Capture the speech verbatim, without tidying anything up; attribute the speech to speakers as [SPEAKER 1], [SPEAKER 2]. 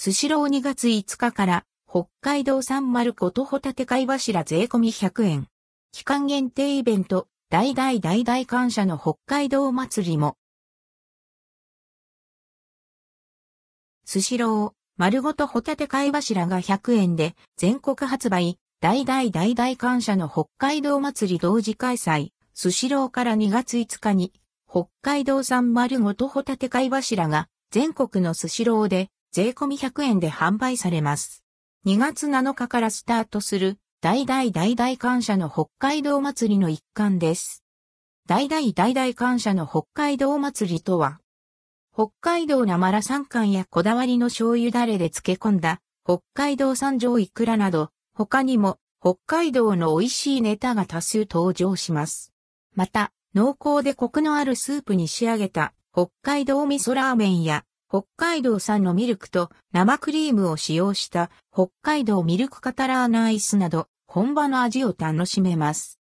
[SPEAKER 1] スシローにがついつかから北海道産丸ごとホタテ貝柱税込みひゃくえん。期間限定イベント、大大大大感謝の北海道祭りも。スシロー、丸ごとホタテ貝柱がひゃくえんで全国発売、大大大大感謝の北海道祭り同時開催、スシローからにがついつかに北海道産丸ごとホタテ貝柱が全国のスシローで税込みひゃくえんで販売されます。にがつなのかからスタートする大大大大感謝の北海道祭りの一環です。大大大大感謝の北海道祭りとは、北海道なまら山間やこだわりの醤油ダレで漬け込んだ北海道産上イクラなど、他にも北海道の美味しいネタが多数登場します。また、濃厚でコクのあるスープに仕上げた北海道味噌ラーメンや北海道産のミルクと生クリームを使用した北海道ミルクカタラーナアイスなど本場の味を楽しめます。